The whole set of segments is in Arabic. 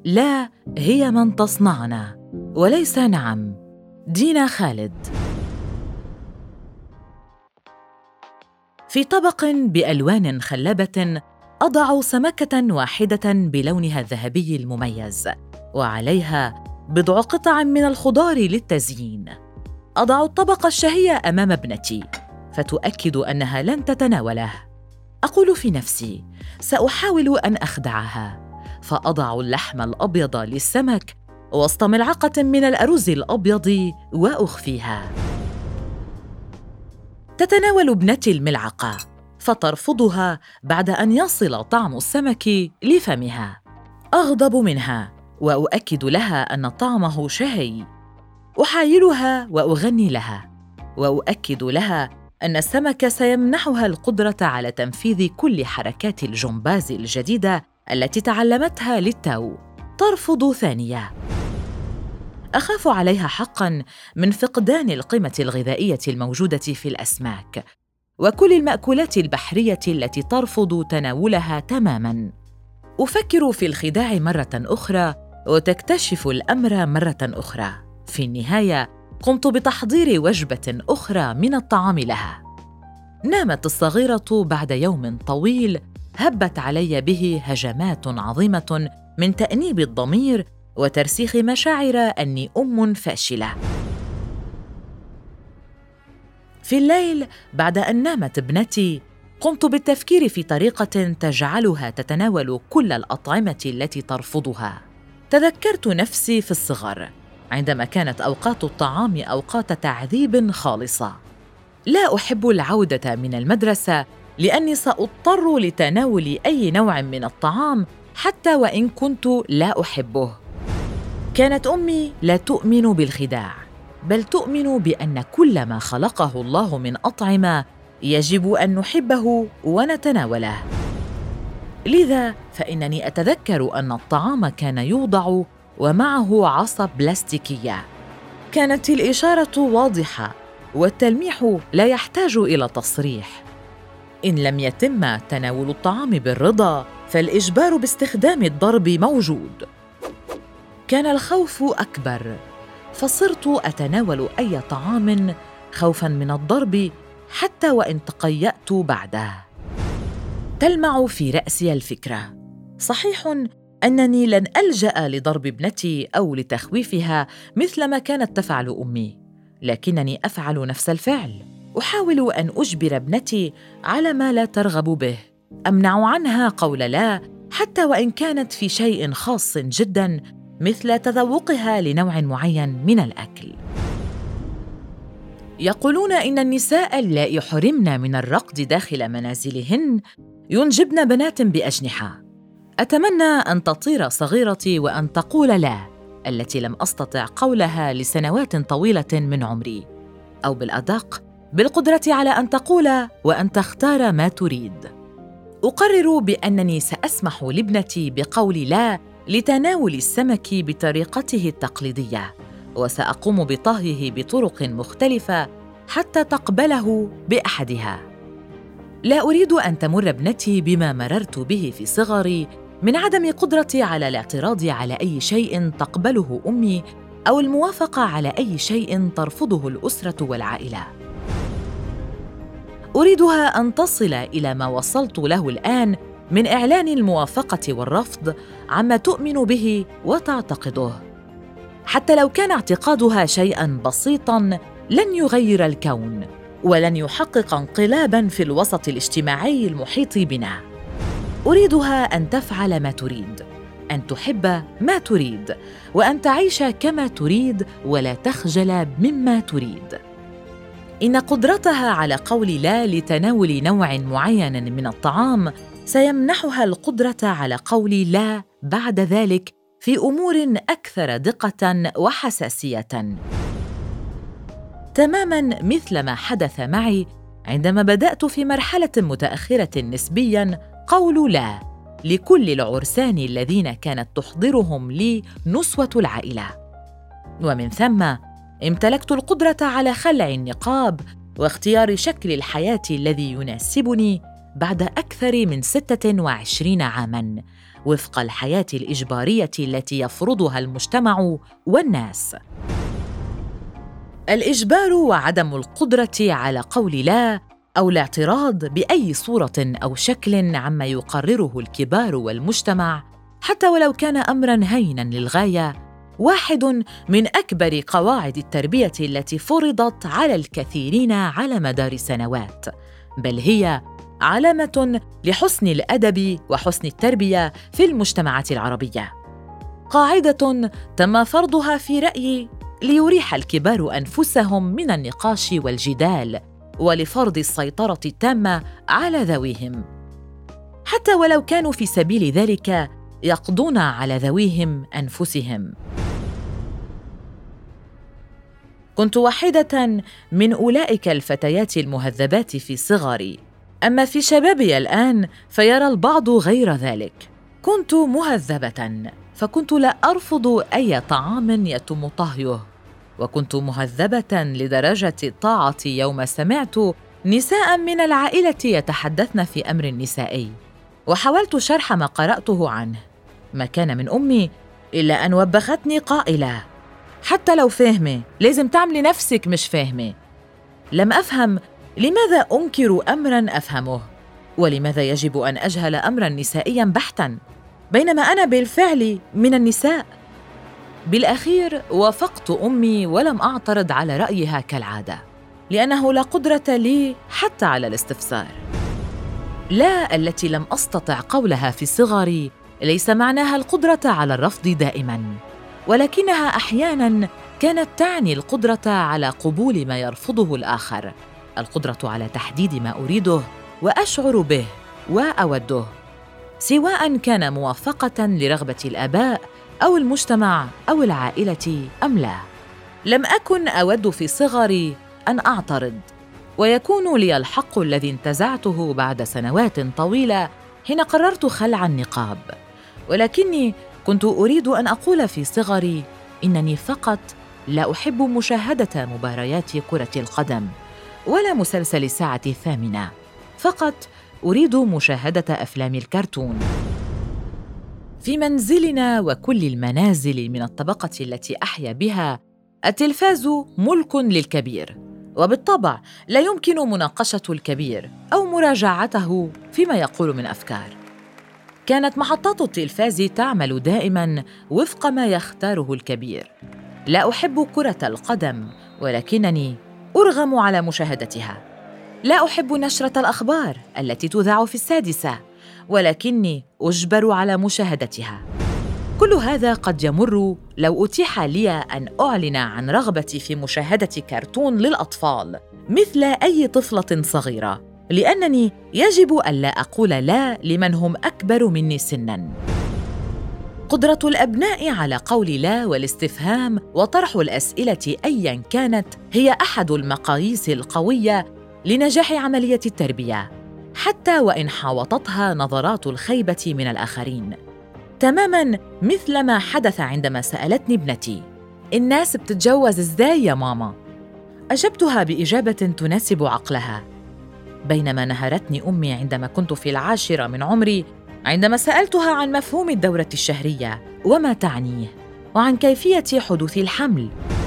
لا هي من تصنعنا وليس نعم. دينا خالد. في طبق بألوان خلابة أضع سمكة واحدة بلونها الذهبي المميز، وعليها بضع قطع من الخضار للتزيين. أضع الطبق الشهي أمام ابنتي فتؤكد أنها لن تتناوله. أقول في نفسي سأحاول أن أخدعها، فأضع اللحم الأبيض للسمك وسط ملعقة من الأرز الأبيض وأخفيها. تتناول ابنتي الملعقة فترفضها بعد أن يصل طعم السمك لفمها. أغضب منها وأؤكد لها أن طعمه شهي. أحايلها وأغني لها وأؤكد لها أن السمك سيمنحها القدرة على تنفيذ كل حركات الجمباز الجديدة التي تعلمتها للتو. ترفض ثانية. أخاف عليها حقاً من فقدان القيمة الغذائية الموجودة في الأسماك وكل المأكولات البحرية التي ترفض تناولها تماماً. أفكر في الخداع مرة أخرى وتكتشف الأمر مرة أخرى. في النهاية قمت بتحضير وجبة أخرى من الطعام لها. نامت الصغيرة بعد يوم طويل هبت علي به هجمات عظيمة من تأنيب الضمير وترسيخ مشاعر أني أم فاشلة. في الليل بعد أن نامت ابنتي قمت بالتفكير في طريقة تجعلها تتناول كل الأطعمة التي ترفضها. تذكرت نفسي في الصغر عندما كانت أوقات الطعام أوقات تعذيب خالصة. لا أحب العودة من المدرسة لأني سأضطر لتناول أي نوع من الطعام حتى وإن كنت لا أحبه. كانت أمي لا تؤمن بالخداع، بل تؤمن بأن كل ما خلقه الله من أطعمة يجب أن نحبه ونتناوله. لذا فإنني أتذكر أن الطعام كان يوضع ومعه عصا بلاستيكية. كانت الإشارة واضحة والتلميح لا يحتاج إلى تصريح. إن لم يتم تناول الطعام بالرضا فالإجبار باستخدام الضرب موجود. كان الخوف أكبر، فصرت أتناول أي طعام خوفاً من الضرب حتى وإن تقيأت بعده. تلمع في رأسي الفكرة: صحيح أنني لن ألجأ لضرب ابنتي أو لتخويفها مثل ما كانت تفعل أمي، لكنني أفعل نفس الفعل. أحاول أن أجبر ابنتي على ما لا ترغب به. أمنع عنها قول لا حتى وإن كانت في شيء خاص جداً مثل تذوقها لنوع معين من الأكل. يقولون إن النساء اللائي حرمن من الرقد داخل منازلهن ينجبن بنات بأجنحة. أتمنى أن تطير صغيرتي وأن تقول لا، التي لم أستطع قولها لسنوات طويلة من عمري، أو بالأدق بالقدرة على أن تقول وأن تختار ما تريد. أقرر بأنني سأسمح لابنتي بقول لا لتناول السمك بطريقته التقليدية، وسأقوم بطهيه بطرق مختلفة حتى تقبله بأحدها. لا أريد أن تمر ابنتي بما مررت به في صغري من عدم قدرتي على الاعتراض على أي شيء تقبله أمي أو الموافقة على أي شيء ترفضه الأسرة والعائلة. أريدها أن تصل إلى ما وصلت له الآن من إعلان الموافقة والرفض عما تؤمن به وتعتقده. حتى لو كان اعتقادها شيئاً بسيطاً لن يغير الكون ولن يحقق انقلاباً في الوسط الاجتماعي المحيط بنا. أريدها أن تفعل ما تريد، أن تحب ما تريد، وأن تعيش كما تريد ولا تخجل مما تريد. إن قدرتها على قول لا لتناول نوع معين من الطعام سيمنحها القدرة على قول لا بعد ذلك في أمور أكثر دقة وحساسية، تماماً مثل ما حدث معي عندما بدأت في مرحلة متأخرة نسبياً قول لا لكل العرسان الذين كانت تحضرهم لي نسوة العائلة. ومن ثم امتلكت القدرة على خلع النقاب واختيار شكل الحياة الذي يناسبني بعد أكثر من 26 عاماً وفق الحياة الإجبارية التي يفرضها المجتمع والناس. الإجبار وعدم القدرة على قول لا أو الاعتراض بأي صورة أو شكل عما يقرره الكبار والمجتمع، حتى ولو كان أمراً هيناً للغاية، واحد من أكبر قواعد التربية التي فرضت على الكثيرين على مدار سنوات، بل هي علامة لحسن الأدب وحسن التربية في المجتمعات العربية. قاعدة تم فرضها في رأيي ليريح الكبار أنفسهم من النقاش والجدال ولفرض السيطرة التامة على ذويهم، حتى ولو كانوا في سبيل ذلك يقضون على ذويهم أنفسهم. كنت واحدة من أولئك الفتيات المهذبات في صغري، أما في شبابي الآن فيرى البعض غير ذلك. كنت مهذبة، فكنت لا أرفض أي طعام يتم طهيه، وكنت مهذبة لدرجة الطاعة يوم سمعت نساء من العائلة يتحدثن في أمر نسائي، وحاولت شرح ما قرأته عنه. ما كان من أمي إلا أن وبختني قائلة: حتى لو فاهمة لازم تعملي نفسك مش فاهمة. لم أفهم لماذا أنكر أمراً أفهمه، ولماذا يجب أن أجهل أمراً نسائياً بحتاً بينما أنا بالفعل من النساء. بالأخير وافقت أمي ولم أعترض على رأيها كالعادة، لأنه لا قدرة لي حتى على الاستفسار. لا التي لم أستطع قولها في صغري ليس معناها القدرة على الرفض دائماً، ولكنها أحياناً كانت تعني القدرة على قبول ما يرفضه الآخر، القدرة على تحديد ما أريده وأشعر به وأوده، سواء كان موافقة لرغبة الآباء أو المجتمع أو العائلة أم لا. لم أكن أود في صغري أن أعترض، ويكون لي الحق الذي انتزعته بعد سنوات طويلة حين قررت خلع النقاب، ولكني كنت أريد أن أقول في صغري إنني فقط لا أحب مشاهدة مباريات كرة القدم ولا مسلسل الساعة 8، فقط أريد مشاهدة أفلام الكرتون. في منزلنا وكل المنازل من الطبقة التي أحيا بها، التلفاز ملك للكبير، وبالطبع لا يمكن مناقشة الكبير أو مراجعته فيما يقول من أفكار. كانت محطات التلفاز تعمل دائماً وفق ما يختاره الكبير. لا أحب كرة القدم، ولكنني أرغم على مشاهدتها. لا أحب نشرة الأخبار التي تذاع في 6، ولكني أجبر على مشاهدتها. كل هذا قد يمر لو أتيح لي أن أعلن عن رغبتي في مشاهدة كرتون للأطفال مثل أي طفلة صغيرة، لأنني يجب ألا أقول لا لمن هم أكبر مني سناً. قدرة الأبناء على قول لا والاستفهام وطرح الأسئلة أياً كانت هي أحد المقاييس القوية لنجاح عملية التربية، حتى وإن حاوطتها نظرات الخيبة من الآخرين. تماماً مثل ما حدث عندما سألتني ابنتي: الناس بتتجوز إزاي يا ماما؟ أجبتها بإجابة تناسب عقلها، بينما نهرتني أمي عندما كنت في 10 من عمري عندما سألتها عن مفهوم الدورة الشهرية وما تعنيه وعن كيفية حدوث الحمل.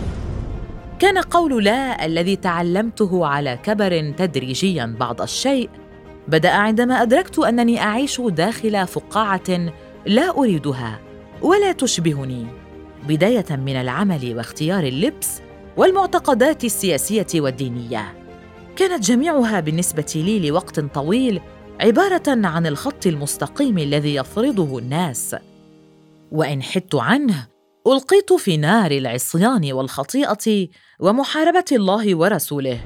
كان قول لا الذي تعلمته على كبر تدريجياً بعض الشيء بدأ عندما أدركت أنني أعيش داخل فقاعة لا أريدها ولا تشبهني، بداية من العمل واختيار اللبس والمعتقدات السياسية والدينية. كانت جميعها بالنسبة لي لوقت طويل عبارة عن الخط المستقيم الذي يفرضه الناس، وإن حدت عنه ألقيت في نار العصيان والخطيئة ومحاربة الله ورسوله.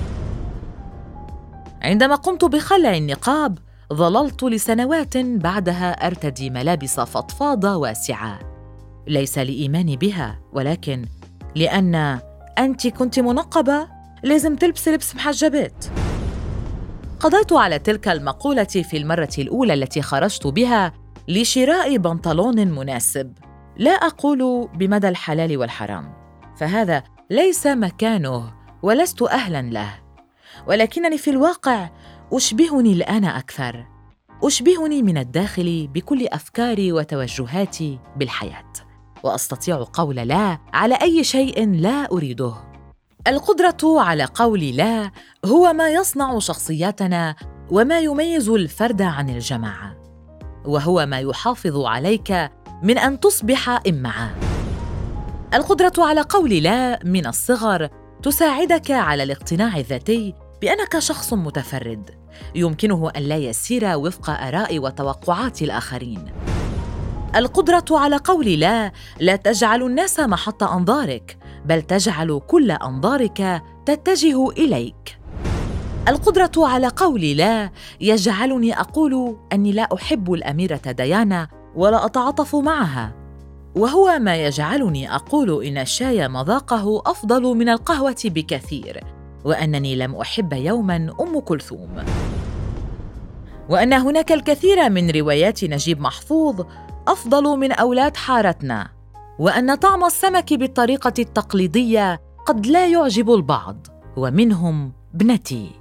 عندما قمت بخلع النقاب ظللت لسنوات بعدها أرتدي ملابس فضفاضة واسعة، ليس لإيماني بها، ولكن لأن أنت كنت منقبة لازم تلبسي لبس محجبات. قضيت على تلك المقولة في المرة الأولى التي خرجت بها لشراء بنطلون مناسب. لا أقول بمدى الحلال والحرام، فهذا ليس مكانه ولست أهلاً له، ولكنني في الواقع أشبهني الآن أكثر، أشبهني من الداخل بكل أفكاري وتوجهاتي بالحياة، وأستطيع قول لا على أي شيء لا أريده. القدرة على قول لا هو ما يصنع شخصياتنا وما يميز الفرد عن الجماعة، وهو ما يحافظ عليك من أن تصبح إمعة. القدرة على قول لا من الصغر تساعدك على الاقتناع الذاتي بأنك شخص متفرد يمكنه أن لا يسير وفق آراء وتوقعات الآخرين. القدرة على قول لا تجعل الناس محط أنظارك، بل تجعل كل أنظارك تتجه إليك. القدرة على قول لا يجعلني أقول أني لا أحب الأميرة ديانا ولا أتعاطف معها، وهو ما يجعلني أقول إن الشاي مذاقه أفضل من القهوة بكثير، وأنني لم أحب يوماً أم كلثوم، وأن هناك الكثير من روايات نجيب محفوظ أفضل من أولاد حارتنا، وأن طعم السمك بالطريقة التقليدية قد لا يعجب البعض، ومنهم ابنتي.